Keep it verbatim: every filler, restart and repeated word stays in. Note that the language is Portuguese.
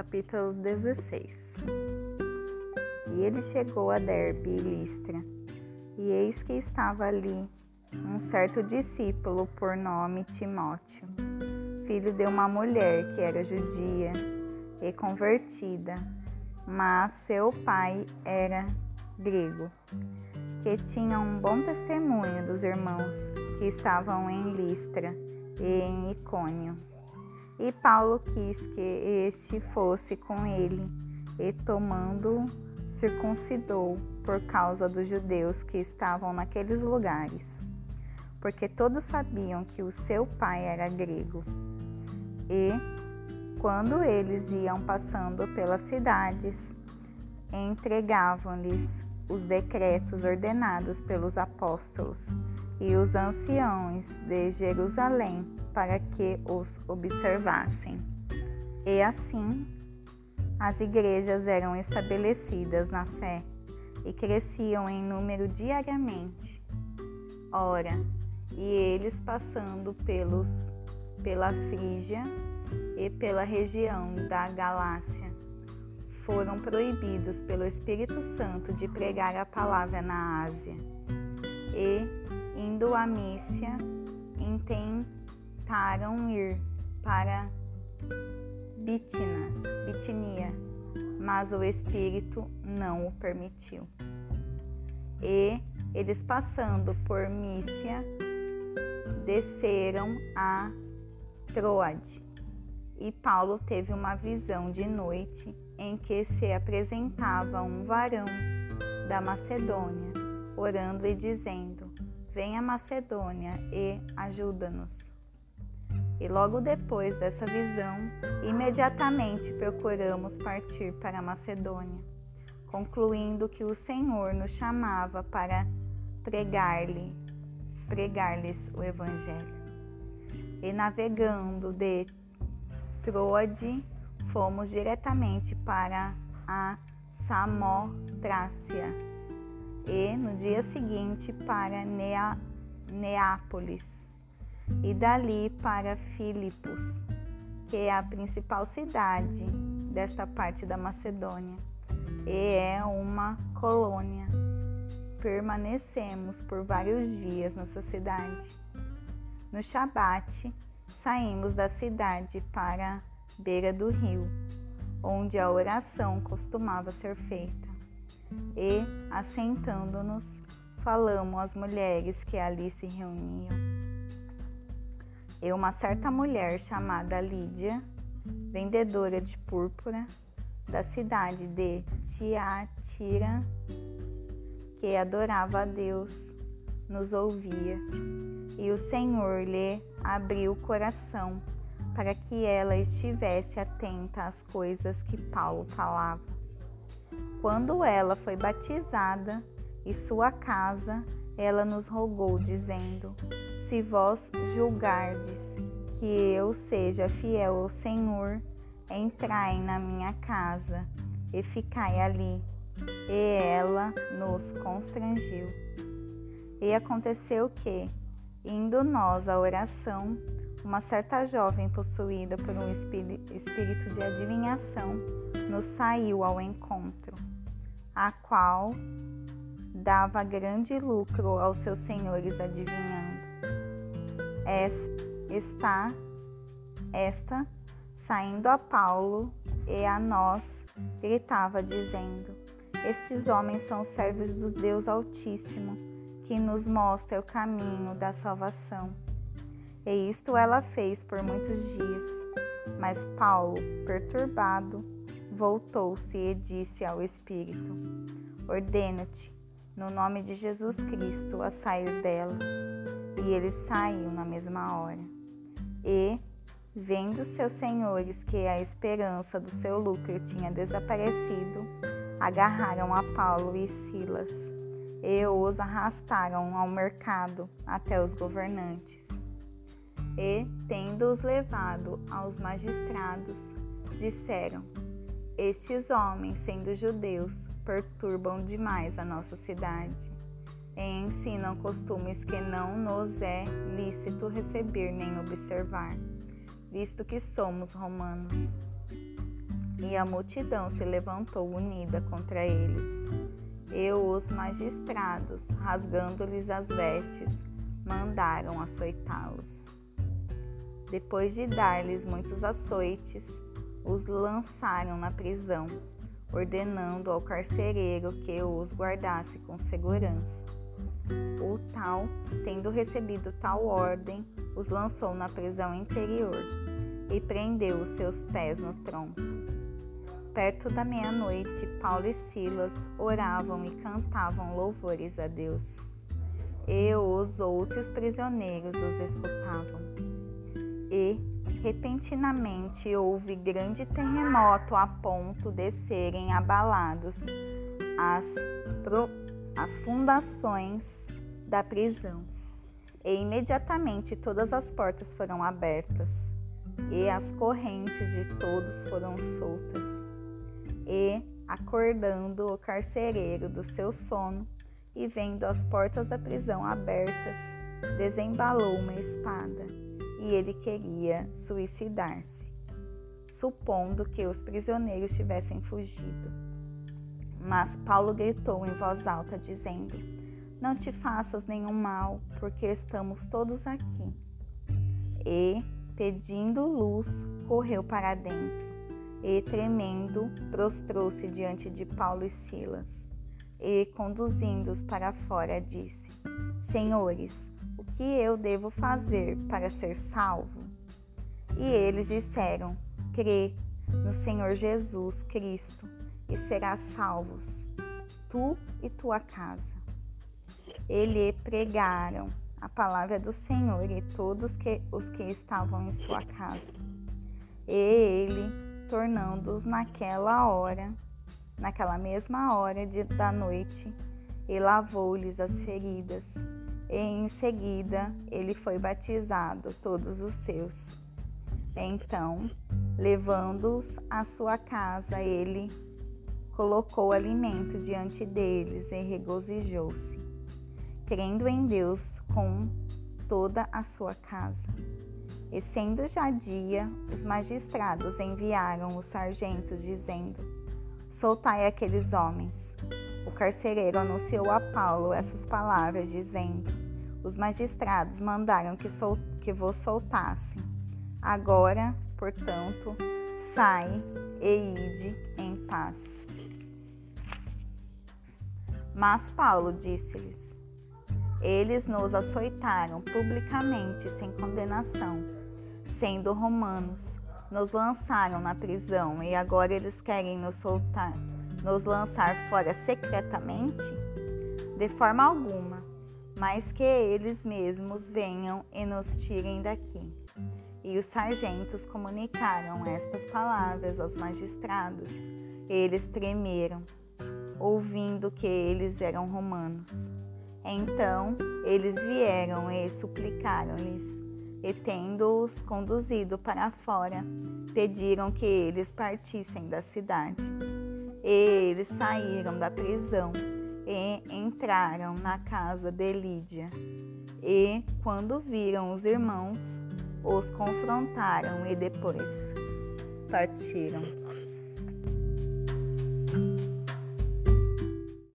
capítulo dezesseis. E ele chegou a Derbe e Listra, e eis que estava ali um certo discípulo por nome Timóteo, filho de uma mulher que era judia e convertida, mas seu pai era grego, que tinha um bom testemunho dos irmãos que estavam em Listra e em Icônio. E Paulo quis que este fosse com ele, e tomando-o, circuncidou por causa dos judeus que estavam naqueles lugares, porque todos sabiam que o seu pai era grego. E, quando eles iam passando pelas cidades, entregavam-lhes os decretos ordenados pelos apóstolos e os anciãos de Jerusalém para que os observassem. E assim, as igrejas eram estabelecidas na fé e cresciam em número diariamente. Ora, e eles passando pelos, pela Frígia e pela região da Galácia, foram proibidos pelo Espírito Santo de pregar a palavra na Ásia. E, indo a Mícia, intentaram ir para Bítina, Bitinia, mas o Espírito não o permitiu. E eles, passando por Mícia, desceram a Troade. E Paulo teve uma visão de noite em que se apresentava um varão da Macedônia, orando e dizendo: venha Macedônia e ajuda-nos. E logo depois dessa visão, imediatamente procuramos partir para a Macedônia, concluindo que o Senhor nos chamava para pregar-lhe, pregar-lhes o Evangelho. E navegando de Troade, fomos diretamente para a Samotrácia e no dia seguinte para Nea, Neápolis e dali para Filipos, que é a principal cidade desta parte da Macedônia e é uma colônia. Permanecemos por vários dias nessa cidade. No Shabat, saímos da cidade para a beira do rio, onde a oração costumava ser feita. E, assentando-nos, falamos às mulheres que ali se reuniam. E uma certa mulher chamada Lídia, vendedora de púrpura, da cidade de Tiatira, que adorava a Deus, nos ouvia, e o Senhor lhe abriu o coração para que ela estivesse atenta às coisas que Paulo falava. Quando ela foi batizada e sua casa, ela nos rogou, dizendo: se vós julgardes que eu seja fiel ao Senhor, entrai na minha casa e ficai ali. E ela nos constrangiu. E aconteceu que, indo nós à oração, uma certa jovem possuída por um espírito de adivinhação nos saiu ao encontro, a qual dava grande lucro aos seus senhores adivinhando. Esta, esta, saindo a Paulo e a nós, gritava dizendo: estes homens são servos do Deus Altíssimo, que nos mostra o caminho da salvação. E isto ela fez por muitos dias. Mas Paulo, perturbado, voltou-se e disse ao Espírito: ordeno-te, no nome de Jesus Cristo, a sair dela. E ele saiu na mesma hora. E, vendo seus senhores que a esperança do seu lucro tinha desaparecido, agarraram a Paulo e Silas e os arrastaram ao mercado até os governantes. E, tendo-os levado aos magistrados, disseram: estes homens, sendo judeus, perturbam demais a nossa cidade e ensinam costumes que não nos é lícito receber nem observar, visto que somos romanos. e a multidão se levantou unida contra eles. E os magistrados, rasgando-lhes as vestes, mandaram açoitá-los. Depois de dar-lhes muitos açoites, os lançaram na prisão, ordenando ao carcereiro que os guardasse com segurança. O tal, tendo recebido tal ordem, os lançou na prisão interior e prendeu os seus pés no tronco. Perto da meia-noite, Paulo e Silas oravam e cantavam louvores a Deus. E os outros prisioneiros os escutavam. E, repentinamente, houve grande terremoto a ponto de serem abalados as, pro, as fundações da prisão. E imediatamente todas as portas foram abertas, e as correntes de todos foram soltas. E, acordando o carcereiro do seu sono e vendo as portas da prisão abertas, desembalou uma espada, e ele queria suicidar-se, supondo que os prisioneiros tivessem fugido. Mas Paulo gritou em voz alta, dizendo: Não te faças nenhum mal, porque estamos todos aqui. E, pedindo luz, correu para dentro. E, tremendo, prostrou-se diante de Paulo e Silas, e, conduzindo-os para fora, disse: Senhores, o que eu devo fazer para ser salvo? E eles disseram: Crê no Senhor Jesus Cristo, e serás salvos, tu e tua casa. E lhe pregaram a palavra do Senhor e todos que, os que estavam em sua casa. E ele, tornando-os naquela hora, naquela mesma hora de, da noite, e lavou-lhes as feridas, e em seguida ele foi batizado, todos os seus. Então, levando-os à sua casa, ele colocou alimento diante deles e regozijou-se, crendo em Deus com toda a sua casa. E sendo já dia, os magistrados enviaram os sargentos, dizendo: Soltai aqueles homens. O carcereiro anunciou a Paulo essas palavras, dizendo: Os magistrados mandaram que, sol- que vos soltassem. Agora, portanto, sai e ide em paz. Mas Paulo disse-lhes: Eles nos açoitaram publicamente sem condenação, sendo romanos, nos lançaram na prisão, e agora eles querem nos soltar, nos lançar fora secretamente? De forma alguma, mas que eles mesmos venham e nos tirem daqui. E os sargentos comunicaram estas palavras aos magistrados. Eles tremeram, ouvindo que eles eram romanos. Então eles vieram e suplicaram-lhes, e tendo-os conduzido para fora, pediram que eles partissem da cidade. E eles saíram da prisão e entraram na casa de Lídia. E, quando viram os irmãos, os confrontaram e depois partiram.